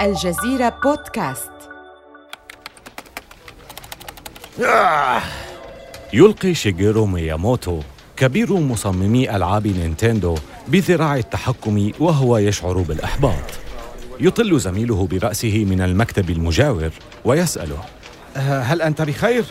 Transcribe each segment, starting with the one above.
الجزيرة بودكاست. يلقي شيجيرو مياموتو كبير مصممي ألعاب نينتندو بذراع التحكم وهو يشعر بالإحباط. يطل زميله برأسه من المكتب المجاور ويسأله: هل أنت بخير؟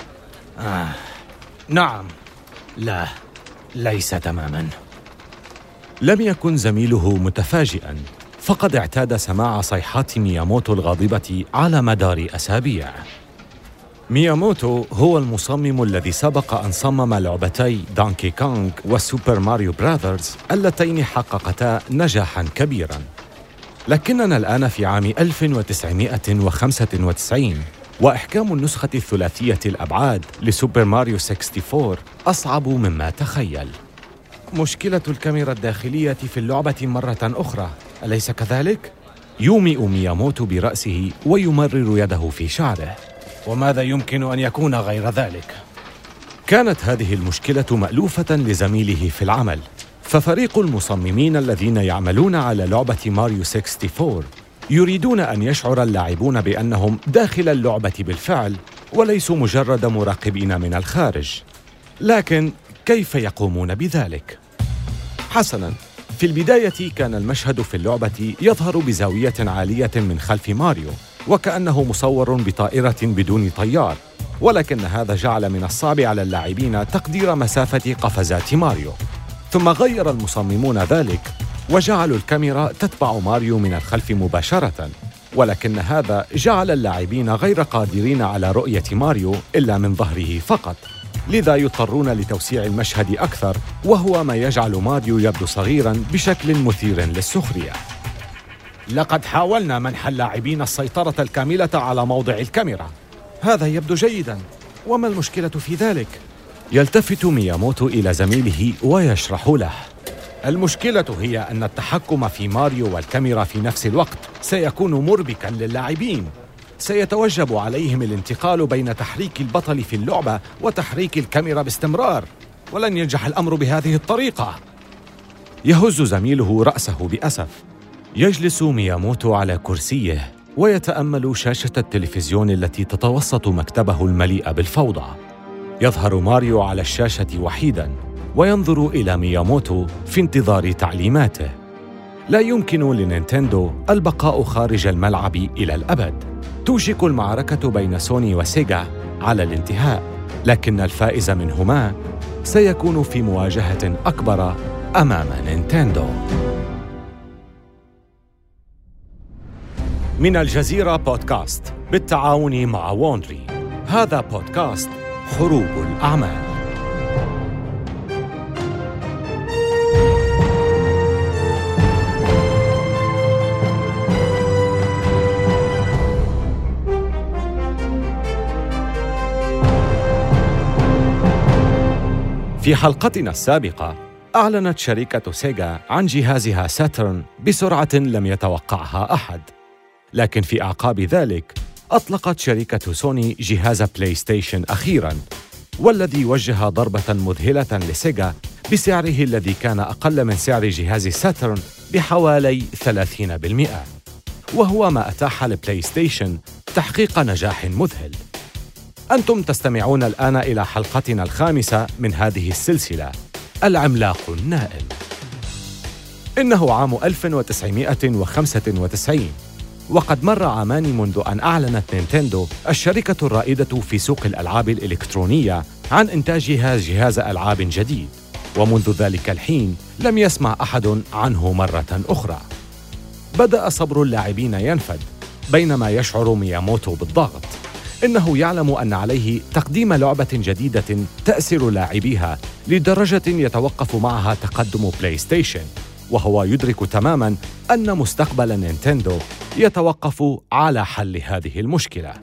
نعم. لا، ليس تماماً. لم يكن زميله متفاجئاً، فقد اعتاد سماع صيحات مياموتو الغاضبة على مدار أسابيع. مياموتو هو المصمم الذي سبق أن صمم لعبتي دونكي كونغ وسوبر ماريو براذرز اللتين حققتا نجاحاً كبيراً. لكننا الآن في عام 1995، وإحكام النسخة الثلاثية الأبعاد لسوبر ماريو 64 أصعب مما تخيل. مشكلة الكاميرا الداخلية في اللعبة مرة أخرى، أليس كذلك؟ يومئ مياموتو برأسه ويمرر يده في شعره. وماذا يمكن أن يكون غير ذلك؟ كانت هذه المشكلة مألوفة لزميله في العمل، ففريق المصممين الذين يعملون على لعبة ماريو 64 يريدون أن يشعر اللاعبون بأنهم داخل اللعبة بالفعل وليسوا مجرد مراقبين من الخارج. لكن كيف يقومون بذلك؟ حسناً، في البداية كان المشهد في اللعبة يظهر بزاوية عالية من خلف ماريو، وكأنه مصور بطائرة بدون طيار، ولكن هذا جعل من الصعب على اللاعبين تقدير مسافة قفزات ماريو. ثم غير المصممون ذلك وجعلوا الكاميرا تتبع ماريو من الخلف مباشرة، ولكن هذا جعل اللاعبين غير قادرين على رؤية ماريو إلا من ظهره فقط، لذا يضطرون لتوسيع المشهد أكثر، وهو ما يجعل ماريو يبدو صغيراً بشكل مثير للسخرية. لقد حاولنا منح اللاعبين السيطرة الكاملة على موضع الكاميرا. هذا يبدو جيداً، وما المشكلة في ذلك؟ يلتفت مياموتو إلى زميله ويشرح له: المشكلة هي أن التحكم في ماريو والكاميرا في نفس الوقت سيكون مربكاً للاعبين. سيتوجب عليهم الانتقال بين تحريك البطل في اللعبة وتحريك الكاميرا باستمرار، ولن ينجح الأمر بهذه الطريقة. يهز زميله رأسه بأسف. يجلس مياموتو على كرسيه ويتأمل شاشة التلفزيون التي تتوسط مكتبه المليء بالفوضى. يظهر ماريو على الشاشة وحيداً وينظر إلى مياموتو في انتظار تعليماته. لا يمكن لنينتندو البقاء خارج الملعب إلى الأبد. توشك المعركة بين سوني وسيجا على الانتهاء، لكن الفائز منهما سيكون في مواجهة أكبر أمام نينتندو. من الجزيرة بودكاست بالتعاون مع وونري. هذا بودكاست حروب الأعمال. في حلقتنا السابقة أعلنت شركة سيجا عن جهازها ساترن بسرعة لم يتوقعها أحد، لكن في أعقاب ذلك أطلقت شركة سوني جهاز بلاي ستيشن أخيراً، والذي وجه ضربة مذهلة لسيجا بسعره الذي كان أقل من سعر جهاز ساترن بحوالي 30%، وهو ما أتاح لبلاي ستيشن تحقيق نجاح مذهل. أنتم تستمعون الآن إلى حلقتنا الخامسة من هذه السلسلة، العملاق النائم. إنه عام 1995، وقد مر عامان منذ أن أعلنت نينتندو الشركة الرائدة في سوق الألعاب الإلكترونية عن إنتاجها جهاز ألعاب جديد، ومنذ ذلك الحين لم يسمع أحد عنه مرة أخرى. بدأ صبر اللاعبين ينفد، بينما يشعر مياموتو بالضغط. إنه يعلم أن عليه تقديم لعبة جديدة تأسر لاعبيها لدرجة يتوقف معها تقدم بلاي ستيشن، وهو يدرك تماماً أن مستقبل نينتندو يتوقف على حل هذه المشكلة.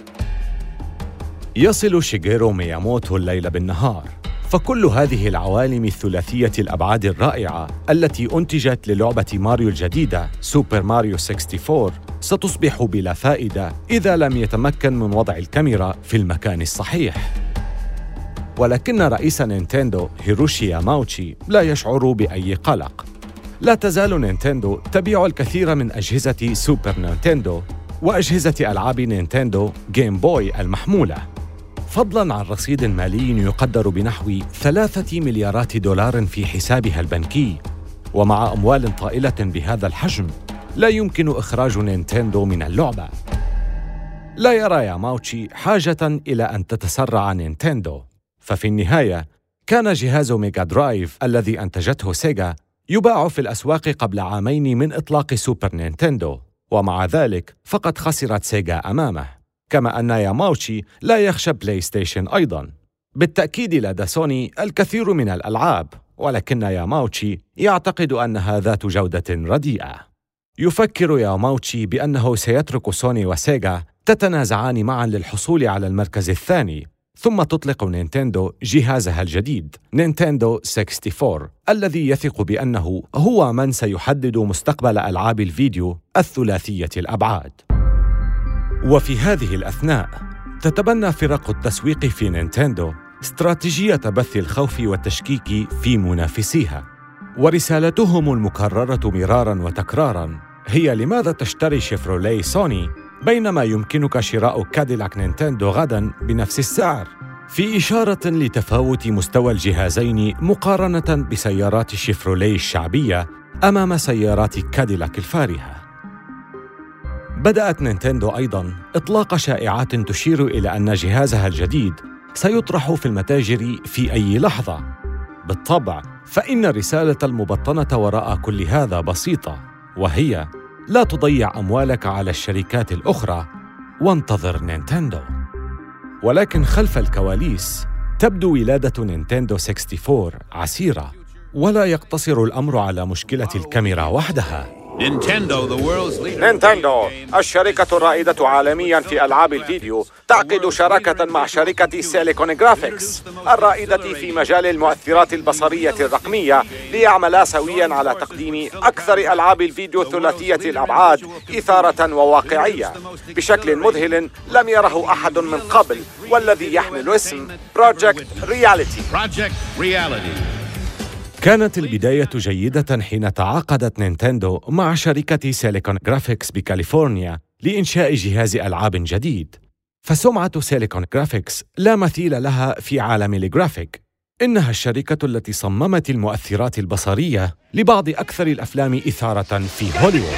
يصل شيجيرو مياموتو الليل بالنهار، فكل هذه العوالم الثلاثية الأبعاد الرائعة التي أنتجت للعبة ماريو الجديدة سوبر ماريو 64 ستصبح بلا فائدة إذا لم يتمكن من وضع الكاميرا في المكان الصحيح. ولكن رئيس نينتندو هيروشي ياماوتشي لا يشعر بأي قلق. لا تزال نينتندو تبيع الكثير من أجهزة سوبر نينتندو، وأجهزة ألعاب نينتندو جيم بوي المحمولة، فضلاً عن رصيد مالي يقدر بنحو 3 مليارات دولار في حسابها البنكي. ومع أموال طائلة بهذا الحجم لا يمكن إخراج نينتندو من اللعبة. لا يرى ياماوتشي حاجة إلى أن تتسرع نينتندو، ففي النهاية كان جهاز ميجا درايف الذي أنتجته سيجا يباع في الأسواق قبل عامين من إطلاق سوبر نينتندو، ومع ذلك فقد خسرت سيجا أمامه. كما أن ياماوتشي لا يخشى بلاي ستيشن أيضاً. بالتأكيد لدى سوني الكثير من الألعاب، ولكن ياماوتشي يعتقد أنها ذات جودة رديئة. يفكر ياماوتشي بأنه سيترك سوني وسيجا تتنازعان معاً للحصول على المركز الثاني، ثم تطلق نينتندو جهازها الجديد نينتندو 64 الذي يثق بأنه هو من سيحدد مستقبل ألعاب الفيديو الثلاثية الأبعاد. وفي هذه الأثناء تتبنى فرق التسويق في نينتندو استراتيجية بث الخوف والتشكيك في منافسيها، ورسالتهم المكررة مرارا وتكرارا هي: لماذا تشتري شيفروليه سوني بينما يمكنك شراء كاديلاك نينتندو غداً بنفس السعر؟ في إشارة لتفاوت مستوى الجهازين مقارنة بسيارات شيفروليه الشعبية أمام سيارات كاديلاك الفارهة. بدأت نينتندو أيضاً إطلاق شائعات تشير إلى أن جهازها الجديد سيطرح في المتاجر في أي لحظة. بالطبع فإن الرسالة المبطنة وراء كل هذا بسيطة، وهي: لا تضيع أموالك على الشركات الأخرى وانتظر نينتندو. ولكن خلف الكواليس تبدو ولادة نينتندو 64 عسيرة، ولا يقتصر الأمر على مشكلة الكاميرا وحدها. نينتندو الشركة الرائدة عالمياً في ألعاب الفيديو تعقد شراكة مع شركة سيليكون جرافيكس الرائدة في مجال المؤثرات البصرية الرقمية ليعملا سوياً على تقديم أكثر ألعاب الفيديو ثلاثية الأبعاد إثارة وواقعية بشكل مذهل لم يره أحد من قبل، والذي يحمل اسم بروجكت رياليتي. كانت البداية جيدة حين تعاقدت نينتندو مع شركة سيليكون جرافيكس بكاليفورنيا لإنشاء جهاز ألعاب جديد. فسمعة سيليكون جرافيكس لا مثيل لها في عالم الجرافيك. إنها الشركة التي صممت المؤثرات البصرية لبعض أكثر الأفلام إثارة في هوليوود،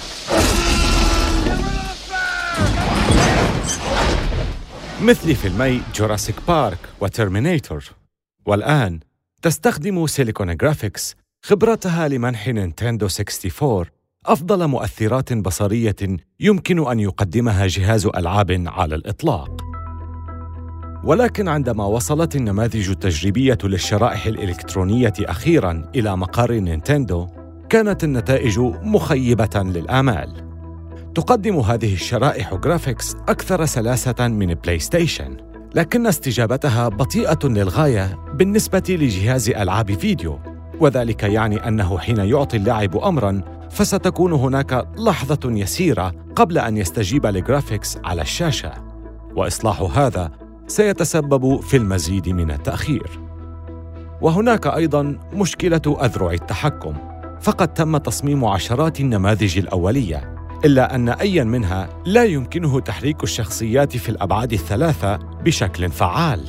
مثل فيلمي جوراسيك بارك وترمينيتور. والآن تستخدم سيليكون جرافيكس خبرتها لمنح نينتندو 64 أفضل مؤثرات بصرية يمكن أن يقدمها جهاز ألعاب على الإطلاق. ولكن عندما وصلت النماذج التجريبية للشرائح الإلكترونية أخيراً إلى مقر نينتندو، كانت النتائج مخيبة للآمال. تقدم هذه الشرائح جرافيكس أكثر سلاسة من بلاي ستيشن، لكن استجابتها بطيئة للغاية بالنسبة لجهاز ألعاب فيديو، وذلك يعني أنه حين يعطي اللاعب أمراً فستكون هناك لحظة يسيرة قبل أن يستجيب لجرافيكس على الشاشة، وإصلاح هذا سيتسبب في المزيد من التأخير. وهناك أيضاً مشكلة أذرع التحكم، فقد تم تصميم عشرات النماذج الأولية، إلا أن أي منها لا يمكنه تحريك الشخصيات في الأبعاد الثلاثة بشكل فعال.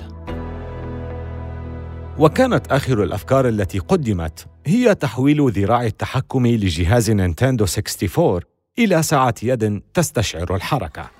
وكانت آخر الأفكار التي قدمت هي تحويل ذراع التحكم لجهاز نينتندو 64 إلى ساعة يد تستشعر الحركة.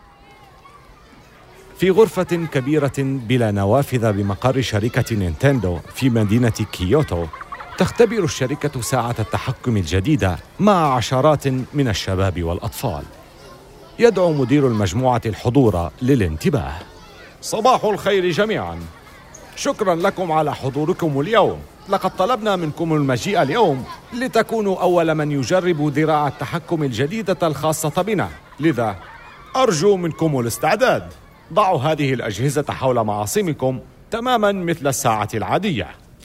في غرفة كبيرة بلا نوافذ بمقر شركة نينتندو في مدينة كيوتو، تختبر الشركة ساعة التحكم الجديدة مع عشرات من الشباب والأطفال. يدعو مدير المجموعة الحضور للانتباه. صباح الخير جميعاً، شكراً لكم على حضوركم اليوم. لقد طلبنا منكم المجيء اليوم لتكونوا أول من يجرب ذراع التحكم الجديدة الخاصة بنا، لذا أرجو منكم الاستعداد. ضعوا هذه الأجهزة حول معاصمكم تماماً مثل الساعة العادية.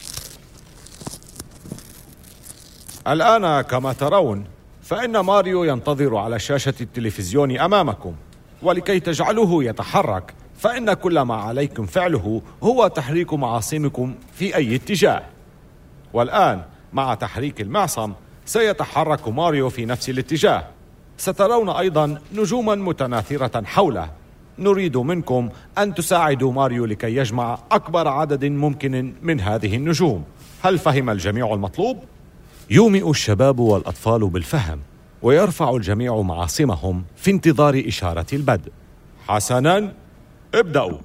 الآن كما ترون فإن ماريو ينتظر على شاشة التلفزيون أمامكم، ولكي تجعلوه يتحرك فإن كل ما عليكم فعله هو تحريك معاصمكم في أي اتجاه. والآن مع تحريك المعصم سيتحرك ماريو في نفس الاتجاه، سترون أيضاً نجوماً متناثرة حوله. نريد منكم أن تساعدوا ماريو لكي يجمع أكبر عدد ممكن من هذه النجوم. هل فهم الجميع المطلوب؟ يومئ الشباب والأطفال بالفهم، ويرفع الجميع معاصمهم في انتظار إشارة البدء. حسناً، ابدأوا.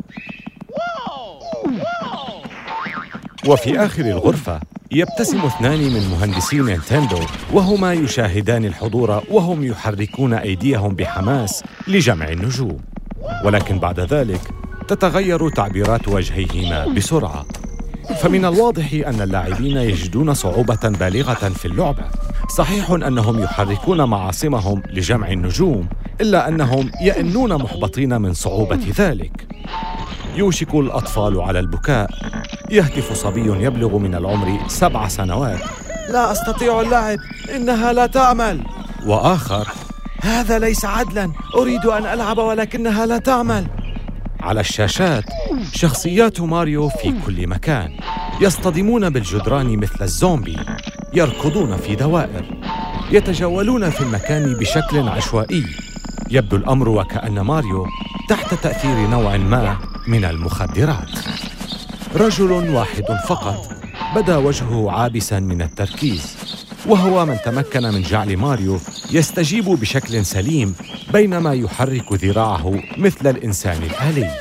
وفي آخر الغرفة يبتسم اثنان من مهندسي نينتندو وهما يشاهدان الحضور وهم يحركون أيديهم بحماس لجمع النجوم، ولكن بعد ذلك تتغير تعبيرات وجهيهما بسرعة. فمن الواضح أن اللاعبين يجدون صعوبة بالغة في اللعبة. صحيح أنهم يحركون معاصمهم لجمع النجوم، إلا أنهم يئنون محبطين من صعوبة ذلك. يوشك الأطفال على البكاء. يهتف صبي يبلغ من العمر 7 سنوات: لا أستطيع اللعب، إنها لا تعمل. وآخر: هذا ليس عدلاً، أريد أن ألعب ولكنها لا تعمل. على الشاشات شخصيات ماريو في كل مكان، يصطدمون بالجدران مثل الزومبي، يركضون في دوائر، يتجولون في المكان بشكل عشوائي. يبدو الأمر وكأن ماريو تحت تأثير نوع ما من المخدرات. رجل واحد فقط بدا وجهه عابساً من التركيز، وهو من تمكن من جعل ماريو يستجيب بشكل سليم بينما يحرك ذراعه مثل الإنسان الآلي.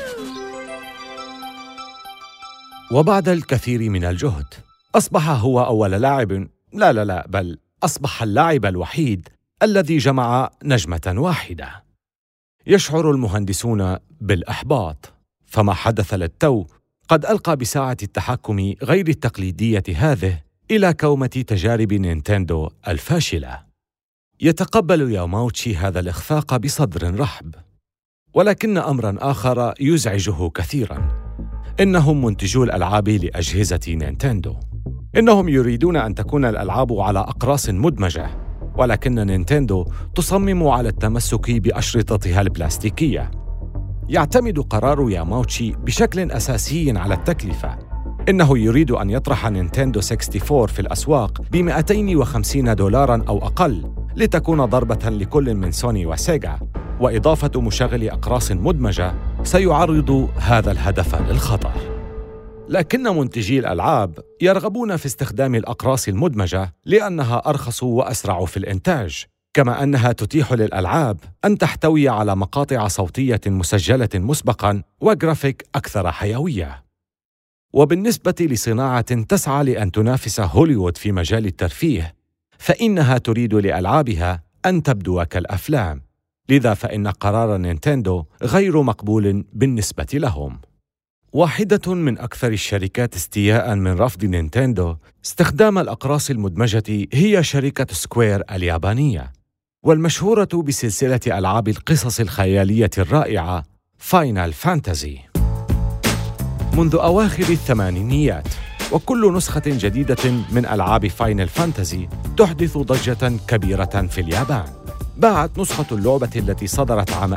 وبعد الكثير من الجهد أصبح هو أول لاعب، بل أصبح اللاعب الوحيد الذي جمع نجمة واحدة. يشعر المهندسون بالإحباط، فما حدث للتو قد ألقى بساعة التحكم غير التقليدية هذه إلى كومة تجارب نينتندو الفاشلة. يتقبل ياماوتشي هذا الإخفاق بصدر رحب، ولكن أمراً آخر يزعجه كثيراً. إنهم منتجو الألعاب لأجهزة نينتندو. إنهم يريدون أن تكون الألعاب على أقراص مدمجة، ولكن نينتندو تصمم على التمسك بأشرطتها البلاستيكية. يعتمد قرار ياماوتشي بشكل أساسي على التكلفة. إنه يريد أن يطرح نينتندو 64 في الأسواق $250 أو أقل، لتكون ضربة لكل من سوني وسيجا، وإضافة مشغل أقراص مدمجة سيعرض هذا الهدف للخطر. لكن منتجي الألعاب يرغبون في استخدام الأقراص المدمجة لأنها أرخص وأسرع في الإنتاج، كما أنها تتيح للألعاب أن تحتوي على مقاطع صوتية مسجلة مسبقاً وجرافيك أكثر حيوية. وبالنسبة لصناعة تسعى لأن تنافس هوليوود في مجال الترفيه، فإنها تريد لألعابها أن تبدو كالأفلام، لذا فإن قرار نينتندو غير مقبول بالنسبة لهم. واحدة من أكثر الشركات استياءً من رفض نينتندو استخدام الأقراص المدمجة هي شركة سكوير اليابانية، والمشهورة بسلسلة ألعاب القصص الخيالية الرائعة فاينل فانتازي منذ أواخر الثمانينيات. وكل نسخة جديدة من ألعاب فاينل فانتازي تحدث ضجة كبيرة في اليابان. باعت نسخة اللعبة التي صدرت عام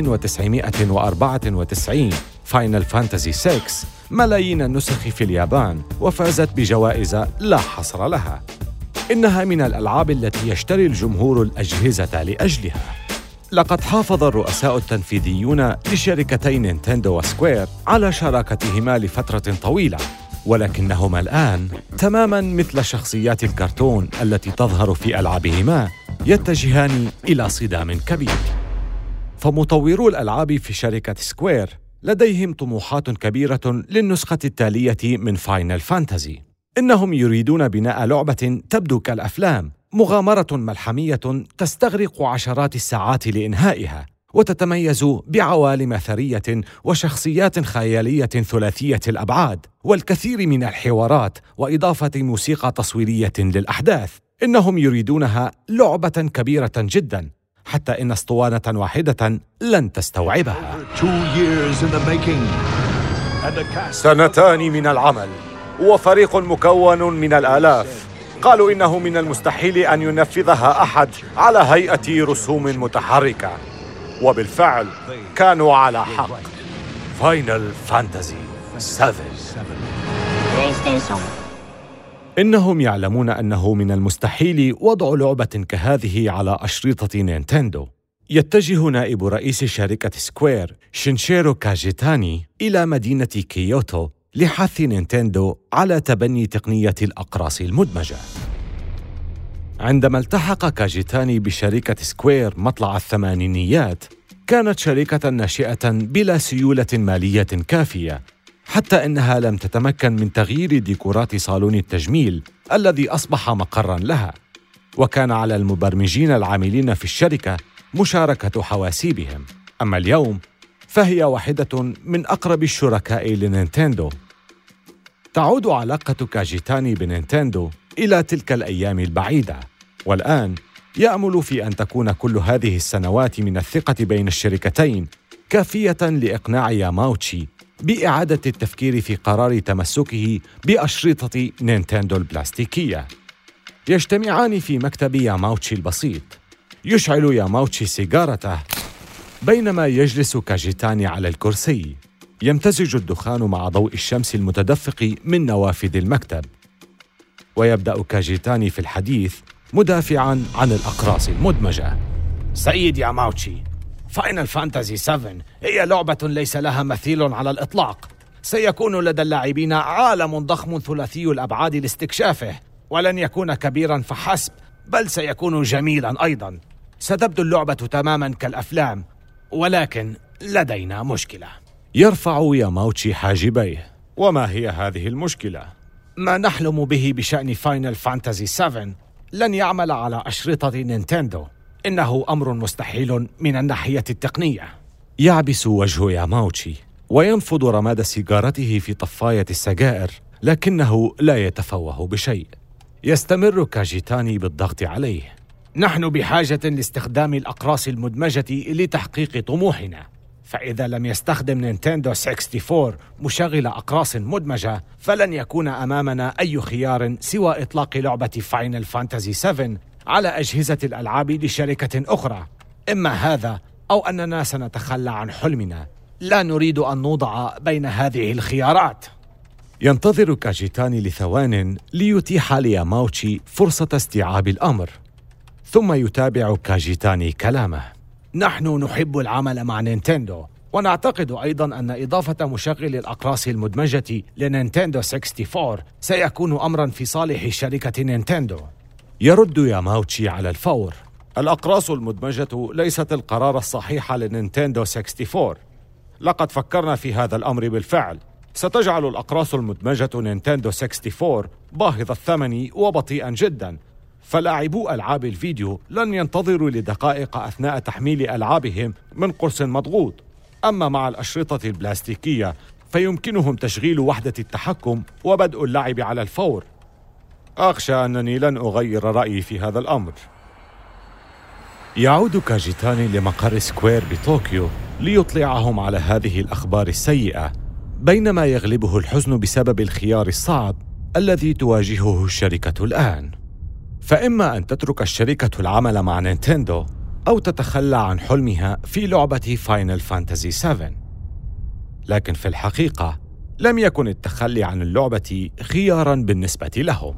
1994 فاينل فانتازي 6 ملايين النسخ في اليابان، وفازت بجوائز لا حصر لها. إنها من الألعاب التي يشتري الجمهور الأجهزة لأجلها. لقد حافظ الرؤساء التنفيذيون لشركتي نينتندو وسكوير على شراكتهما لفترة طويلة، ولكنهما الآن تماماً مثل شخصيات الكرتون التي تظهر في ألعابهما يتجهان إلى صدام كبير. فمطورو الألعاب في شركة سكوير لديهم طموحات كبيرة للنسخة التالية من فاينل فانتازي. إنهم يريدون بناء لعبة تبدو كالأفلام، مغامرة ملحمية تستغرق عشرات الساعات لإنهائها، وتتميز بعوالم ثرية وشخصيات خيالية ثلاثية الأبعاد والكثير من الحوارات، وإضافة موسيقى تصويرية للأحداث. إنهم يريدونها لعبة كبيرة جداً، حتى إن اسطوانة واحدة لن تستوعبها. 2 من العمل وفريق مكون من الآلاف. قالوا إنه من المستحيل أن ينفذها أحد على هيئة رسوم متحركة، وبالفعل كانوا على حق. فاينل فانتازي 7. إنهم يعلمون أنه من المستحيل وضع لعبة كهذه على أشرطة نينتندو. يتجه نائب رئيس شركة سكوير شينشيرو كاجيتاني إلى مدينة كيوتو لحث نينتندو على تبني تقنية الأقراص المدمجة. عندما التحق كاجيتاني بشركة سكوير مطلع الثمانينيات، كانت شركة ناشئة بلا سيولة مالية كافية، حتى إنها لم تتمكن من تغيير ديكورات صالون التجميل الذي أصبح مقراً لها، وكان على المبرمجين العاملين في الشركة مشاركة حواسيبهم. أما اليوم فهي واحدة من أقرب الشركاء لنينتندو. تعود علاقة كاجيتاني بنينتندو إلى تلك الأيام البعيدة، والآن يأمل في أن تكون كل هذه السنوات من الثقة بين الشركتين كافية لإقناع ياماوتشي بإعادة التفكير في قرار تمسكه بأشرطة نينتندو البلاستيكية. يجتمعان في مكتب ياماوتشي البسيط. يشعل ياماوتشي سيجارته بينما يجلس كاجيتاني على الكرسي. يمتزج الدخان مع ضوء الشمس المتدفق من نوافذ المكتب، ويبدأ كاجيتاني في الحديث مدافعاً عن الأقراص المدمجة. سيد ياماوتشي، فاينل فانتازي 7 هي لعبة ليس لها مثيل على الإطلاق. سيكون لدى اللاعبين عالم ضخم ثلاثي الأبعاد لاستكشافه، ولن يكون كبيراً فحسب، بل سيكون جميلاً أيضاً. ستبدو اللعبة تماماً كالأفلام، ولكن لدينا مشكلة. يرفع ياماوتشي حاجبيه. وما هي هذه المشكلة؟ ما نحلم به بشأن فاينل فانتازي 7 لن يعمل على أشرطة نينتندو. إنه أمر مستحيل من الناحية التقنية. يعبس وجه ياماوتشي وينفض رماد سيجارته في طفاية السجائر، لكنه لا يتفوه بشيء. يستمر كاجيتاني بالضغط عليه. نحن بحاجة لاستخدام الأقراص المدمجة لتحقيق طموحنا، فإذا لم يستخدم نينتندو 64 مشغل أقراص مدمجة، فلن يكون أمامنا أي خيار سوى إطلاق لعبة فاينل فانتازي 7 على أجهزة الألعاب لشركة أخرى. إما هذا أو أننا سنتخلى عن حلمنا. لا نريد أن نوضع بين هذه الخيارات. ينتظر كاجيتاني لثوان ليتيح لياماوتشي فرصة استيعاب الأمر، ثم يتابع كاجيتاني كلامه. نحن نحب العمل مع نينتندو، ونعتقد أيضاً أن إضافة مشغل الأقراص المدمجة لنينتندو 64 سيكون أمراً في صالح شركة نينتندو. يرد ياماوتشي على الفور. الأقراص المدمجة ليست القرار الصحيح لنينتندو 64. لقد فكرنا في هذا الأمر بالفعل. ستجعل الأقراص المدمجة نينتندو 64 باهظ الثمن وبطيئاً جداً، فلاعبو ألعاب الفيديو لن ينتظروا لدقائق أثناء تحميل ألعابهم من قرص مضغوط. أما مع الأشرطة البلاستيكية فيمكنهم تشغيل وحدة التحكم وبدء اللعب على الفور. أخشى أنني لن أغير رأيي في هذا الأمر. يعود كاجيتاني لمقر سكوير بطوكيو ليطلعهم على هذه الأخبار السيئة، بينما يغلبه الحزن بسبب الخيار الصعب الذي تواجهه الشركة الآن. فإما أن تترك الشركة العمل مع نينتندو أو تتخلى عن حلمها في لعبة فاينل فانتازي 7. لكن في الحقيقة لم يكن التخلي عن اللعبة خياراً بالنسبة لهم.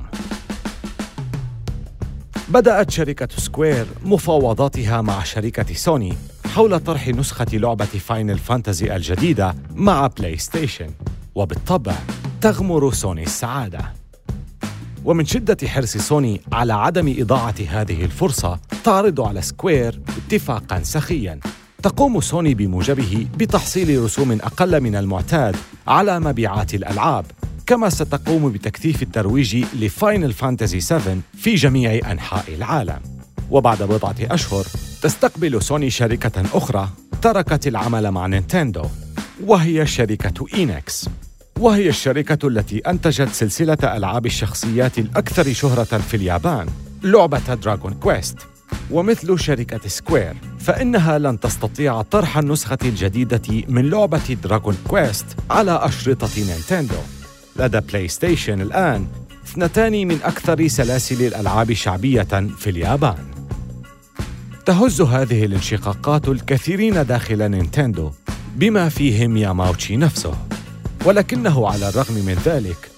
بدأت شركة سكوير مفاوضاتها مع شركة سوني حول طرح نسخة لعبة فاينل فانتازي الجديدة مع بلاي ستيشن، وبالطبع تغمر سوني السعادة. ومن شدة حرص سوني على عدم إضاعة هذه الفرصة، تعرض على سكوير اتفاقاً سخياً. تقوم سوني بموجبه بتحصيل رسوم أقل من المعتاد على مبيعات الألعاب، كما ستقوم بتكثيف الترويج لفاينل فانتازي 7 في جميع أنحاء العالم. وبعد بضعة أشهر تستقبل سوني شركة أخرى تركت العمل مع نينتندو، وهي شركة إينكس، وهي الشركة التي أنتجت سلسلة ألعاب الشخصيات الأكثر شهرة في اليابان، لعبة دراغون كويست. ومثل شركة سكوير فإنها لن تستطيع طرح النسخة الجديدة من لعبة دراغون كويست على أشرطة نينتندو. لدى بلاي ستيشن الآن 2 من أكثر سلاسل الألعاب شعبية في اليابان. تهز هذه الانشقاقات الكثيرين داخل نينتندو بما فيهم ياماوتشي نفسه، ولكنه على الرغم من ذلك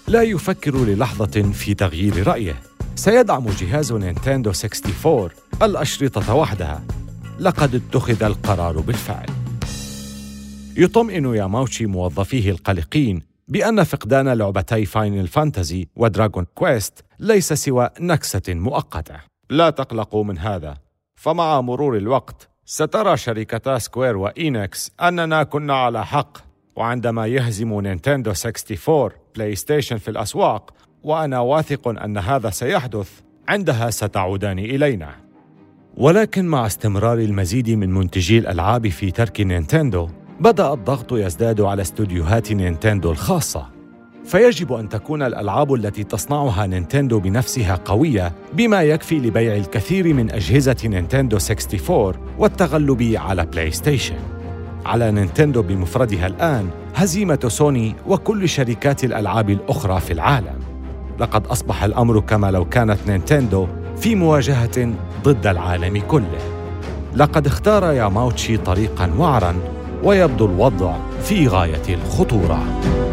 لا يفكر للحظة في تغيير رأيه. سيدعم جهاز نينتندو 64 الأشرطة وحدها. لقد اتخذ القرار بالفعل. يطمئن ياماوتشي موظفيه القلقين بأن فقدان لعبتي فاينل فانتازي ودراغون كويست ليس سوى نكسة مؤقتة. لا تقلقوا من هذا، فمع مرور الوقت سترى شركتا سكوير وإينكس أننا كنا على حق، وعندما يهزم نينتندو 64 بلاي ستيشن في الأسواق، وأنا واثق أن هذا سيحدث، عندها ستعودان إلينا. ولكن مع استمرار المزيد من منتجي الألعاب في ترك نينتندو، بدأ الضغط يزداد على استوديوهات نينتندو الخاصة، فيجب أن تكون الألعاب التي تصنعها نينتندو بنفسها قوية بما يكفي لبيع الكثير من أجهزة نينتندو 64 والتغلب على بلاي ستيشن. على نينتندو بمفردها الآن هزيمة سوني وكل شركات الألعاب الأخرى في العالم. لقد أصبح الأمر كما لو كانت نينتندو في مواجهة ضد العالم كله. لقد اختار ياماوتشي طريقاً وعراً، ويبدو الوضع في غاية الخطورة.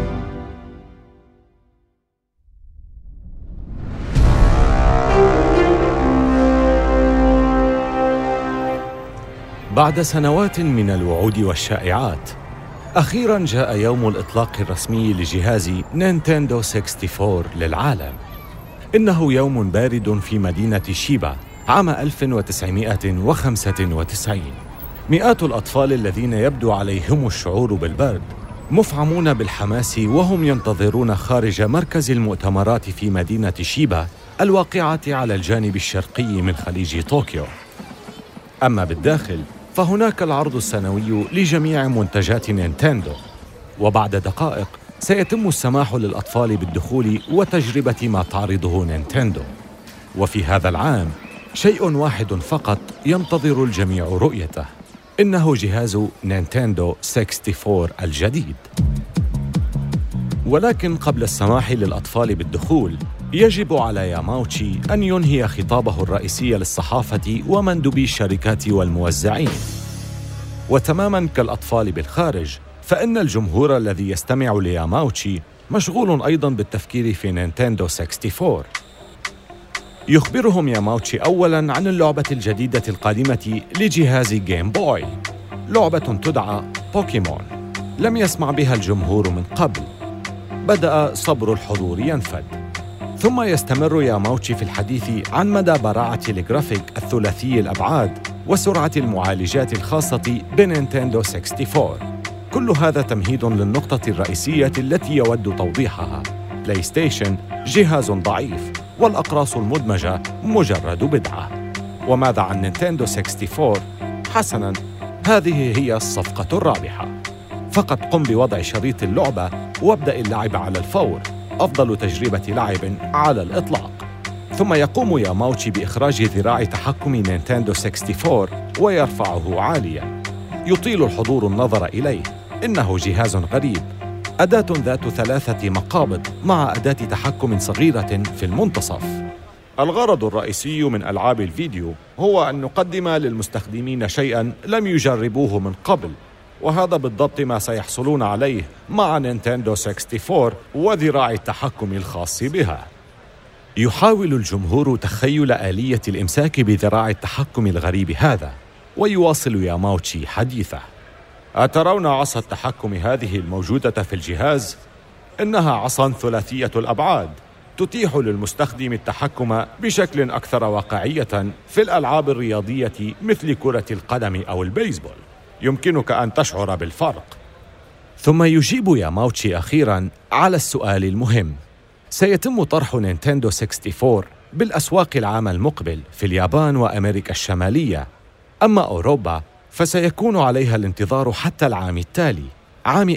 بعد سنوات من الوعود والشائعات، أخيراً جاء يوم الإطلاق الرسمي لجهاز نينتندو 64 للعالم. إنه يوم بارد في مدينة شيبا عام 1995. مئات الأطفال الذين يبدو عليهم الشعور بالبرد مفعمون بالحماس وهم ينتظرون خارج مركز المؤتمرات في مدينة شيبا الواقعة على الجانب الشرقي من خليج طوكيو. أما بالداخل فهناك العرض السنوي لجميع منتجات نينتندو، وبعد دقائق سيتم السماح للأطفال بالدخول وتجربة ما تعرضه نينتندو. وفي هذا العام شيء واحد فقط ينتظر الجميع رؤيته، إنه جهاز نينتندو 64 الجديد. ولكن قبل السماح للأطفال بالدخول، يجب على ياماوتشي أن ينهي خطابه الرئيسي للصحافة ومندوبي الشركات والموزعين. وتماماً كالأطفال بالخارج، فإن الجمهور الذي يستمع لياماوتشي مشغول أيضاً بالتفكير في نينتندو 64. يخبرهم ياماوتشي أولاً عن اللعبة الجديدة القادمة لجهاز جيم بوي، لعبة تدعى بوكيمون. لم يسمع بها الجمهور من قبل. بدأ صبر الحضور ينفد. ثم يستمر ياماوتشي في الحديث عن مدى براعة الجرافيك الثلاثي الأبعاد وسرعة المعالجات الخاصة بنينتندو 64. كل هذا تمهيد للنقطة الرئيسية التي يود توضيحها: بلاي ستيشن جهاز ضعيف، والأقراص المدمجة مجرد بدعة. وماذا عن نينتندو 64؟ حسناً، هذه هي الصفقة الرابحة. فقط قم بوضع شريط اللعبة وابدأ اللعب على الفور، أفضل تجربة لعب على الإطلاق. ثم يقوم ياماوتشي بإخراج ذراع تحكم نينتندو 64 ويرفعه عالياً. يطيل الحضور النظر إليه. إنه جهاز غريب، أداة ذات 3 مقابض مع أداة تحكم صغيرة في المنتصف. الغرض الرئيسي من ألعاب الفيديو هو أن نقدم للمستخدمين شيئاً لم يجربوه من قبل، وهذا بالضبط ما سيحصلون عليه مع نينتندو 64 وذراع التحكم الخاص بها. يحاول الجمهور تخيل آلية الإمساك بذراع التحكم الغريب هذا، ويواصل ياماوتشي حديثه: أترون عصا التحكم هذه الموجودة في الجهاز؟ إنها عصا ثلاثية الأبعاد، تتيح للمستخدم التحكم بشكل أكثر واقعية في الألعاب الرياضية مثل كرة القدم أو البيسبول. يمكنك أن تشعر بالفرق. ثم يجيب ياماوتشي أخيراً على السؤال المهم: سيتم طرح نينتندو 64 بالأسواق العام المقبل في اليابان وأمريكا الشمالية، أما أوروبا فسيكون عليها الانتظار حتى العام التالي، عام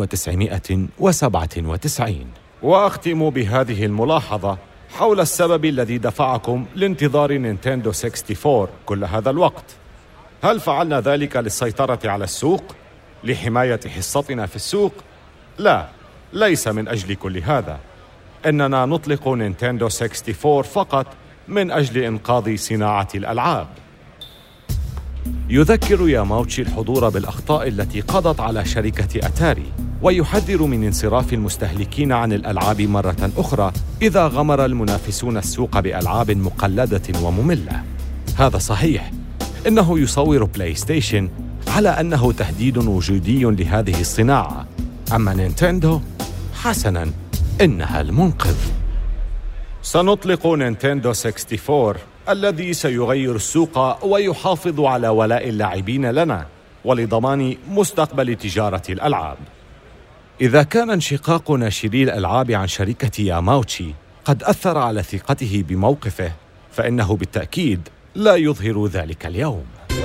1997. وأختم بهذه الملاحظة حول السبب الذي دفعكم لانتظار نينتندو 64 كل هذا الوقت. هل فعلنا ذلك للسيطرة على السوق؟ لحماية حصتنا في السوق؟ لا، ليس من أجل كل هذا. إننا نطلق نينتندو 64 فقط من أجل إنقاذ صناعة الألعاب. يذكر ياماوتشي الحضور بالأخطاء التي قضت على شركة أتاري، ويحذر من انصراف المستهلكين عن الألعاب مرة أخرى إذا غمر المنافسون السوق بألعاب مقلدة ومملة. هذا صحيح، إنه يصور بلاي ستيشن على أنه تهديد وجودي لهذه الصناعة، أما نينتندو حسناً إنها المنقذ. سنطلق نينتندو 64 الذي سيغير السوق ويحافظ على ولاء اللاعبين لنا ولضمان مستقبل تجارة الألعاب. إذا كان انشقاق ناشري الألعاب عن شركة ياماوتشي قد أثر على ثقته بموقفه، فإنه بالتأكيد لا يظهر ذلك اليوم.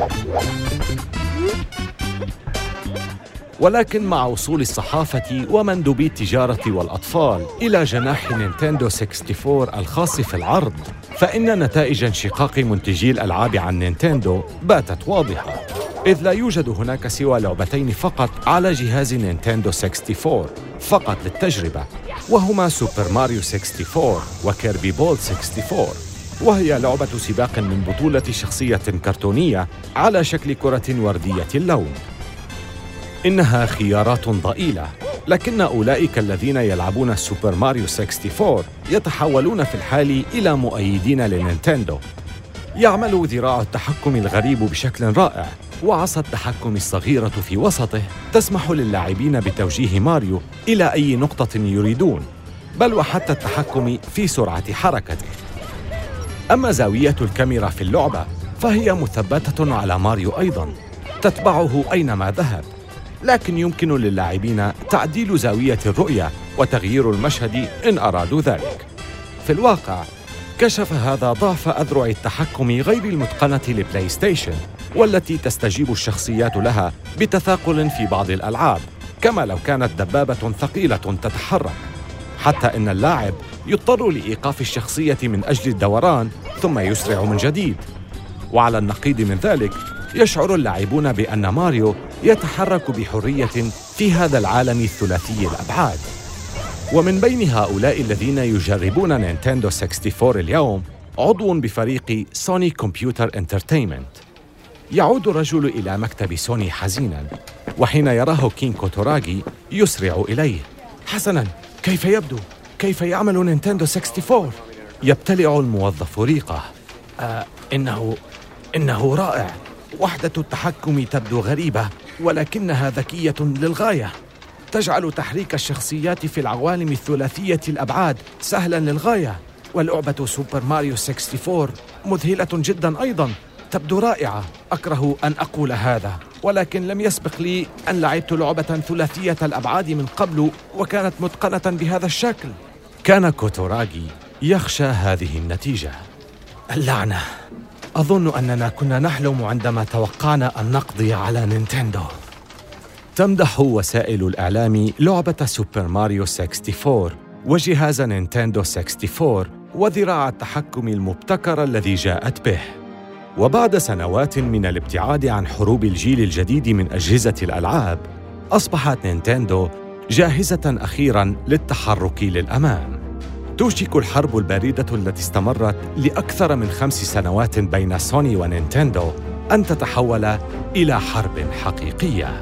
ولكن مع وصول الصحافة ومندوبي التجارة والأطفال إلى جناح نينتندو 64 الخاص في العرض، فإن نتائج انشقاق منتجي الألعاب عن نينتندو باتت واضحة، إذ لا يوجد هناك سوى لعبتين فقط على جهاز نينتندو 64 فقط للتجربة، وهما سوبر ماريو 64 وكيربي بول 64، وهي لعبة سباق من بطولة شخصية كرتونية على شكل كرة وردية اللون. إنها خيارات ضئيلة، لكن أولئك الذين يلعبون سوبر ماريو 64 يتحولون في الحال إلى مؤيدين لنينتندو. يعمل ذراع التحكم الغريب بشكل رائع، وعصا التحكم الصغيرة في وسطه تسمح للاعبين بتوجيه ماريو إلى أي نقطة يريدون، بل وحتى التحكم في سرعة حركته. أما زاوية الكاميرا في اللعبة فهي مثبتة على ماريو أيضاً، تتبعه أينما ذهب، لكن يمكن للاعبين تعديل زاوية الرؤية وتغيير المشهد إن أرادوا ذلك. في الواقع كشف هذا ضعف أذرع التحكم غير المتقنة لبلاي ستيشن، والتي تستجيب الشخصيات لها بتثاقل في بعض الألعاب، كما لو كانت دبابة ثقيلة تتحرك، حتى إن اللاعب يضطر لإيقاف الشخصية من أجل الدوران ثم يسرع من جديد. وعلى النقيض من ذلك يشعر اللاعبون بأن ماريو يتحرك بحرية في هذا العالم الثلاثي الأبعاد. ومن بين هؤلاء الذين يجربون نينتندو 64 اليوم عضو بفريق سوني كمبيوتر انترتينمنت. يعود الرجل إلى مكتب سوني حزيناً، وحين يراه كين كوتوراغي يسرع إليه. حسناً، كيف يبدو؟ كيف يعمل نينتندو 64؟ يبتلع الموظف ريقه. إنه رائع. وحدة التحكم تبدو غريبة، ولكنها ذكية للغاية. تجعل تحريك الشخصيات في العوالم الثلاثية الأبعاد سهلاً للغاية. ولعبة سوبر ماريو 64 مذهلة جداً أيضاً، تبدو رائعة. أكره أن أقول هذا، ولكن لم يسبق لي أن لعبت لعبة ثلاثية الأبعاد من قبل وكانت متقنة بهذا الشكل. كان كوتوراغي يخشى هذه النتيجة. اللعنة، أظن أننا كنا نحلم عندما توقعنا أن نقضي على نينتندو. تمدح وسائل الإعلام لعبة سوبر ماريو 64 وجهاز نينتندو 64 وذراع التحكم المبتكر الذي جاءت به. وبعد سنوات من الابتعاد عن حروب الجيل الجديد من أجهزة الألعاب، أصبحت نينتندو جاهزة أخيراً للتحرك للأمام. توشك الحرب الباردة التي استمرت لأكثر من 5 سنوات بين سوني ونينتندو أن تتحول إلى حرب حقيقية.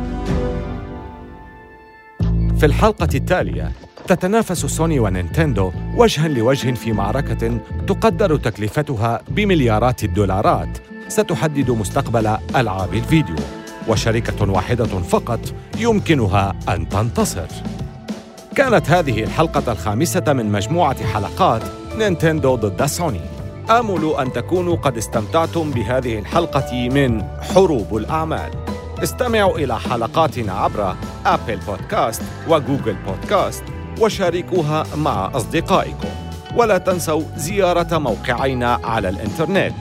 في الحلقة التالية تتنافس سوني ونينتندو وجهاً لوجه في معركة تقدر تكلفتها بمليارات الدولارات ستحدد مستقبل ألعاب الفيديو، وشركة واحدة فقط يمكنها أن تنتصر. كانت هذه الحلقة 5 من مجموعة حلقات نينتندو ضد سوني. آمل أن تكونوا قد استمتعتم بهذه الحلقة من حروب الأعمال. استمعوا إلى حلقاتنا عبر أبل بودكاست وجوجل بودكاست وشاركوها مع أصدقائكم. ولا تنسوا زيارة موقعينا على الإنترنت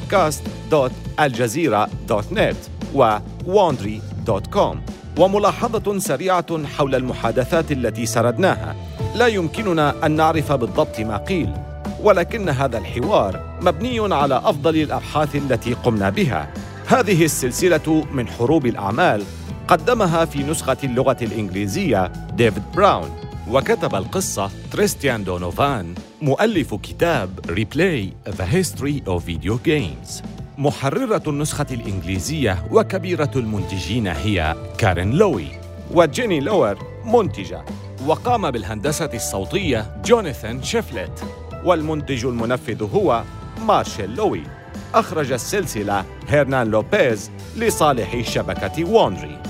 podcast.aljazeera.net وwandry.com، وملاحظة سريعة حول المحادثات التي سردناها. لا يمكننا أن نعرف بالضبط ما قيل، ولكن هذا الحوار مبني على أفضل الأبحاث التي قمنا بها. هذه السلسلة من حروب الأعمال قدمها في نسخة اللغة الإنجليزية ديفيد براون، وكتب القصة تريستيان دونوفان مؤلف كتاب Replay The History of Video Games. محررة النسخة الإنجليزية وكبيرة المنتجين هي كارين لوي، وجيني لوير منتجة. وقام بالهندسة الصوتية جوناثان شيفلت، والمنتج المنفذ هو مارشيل لوي. أخرج السلسلة هيرنان لوبيز لصالح شبكة وونري.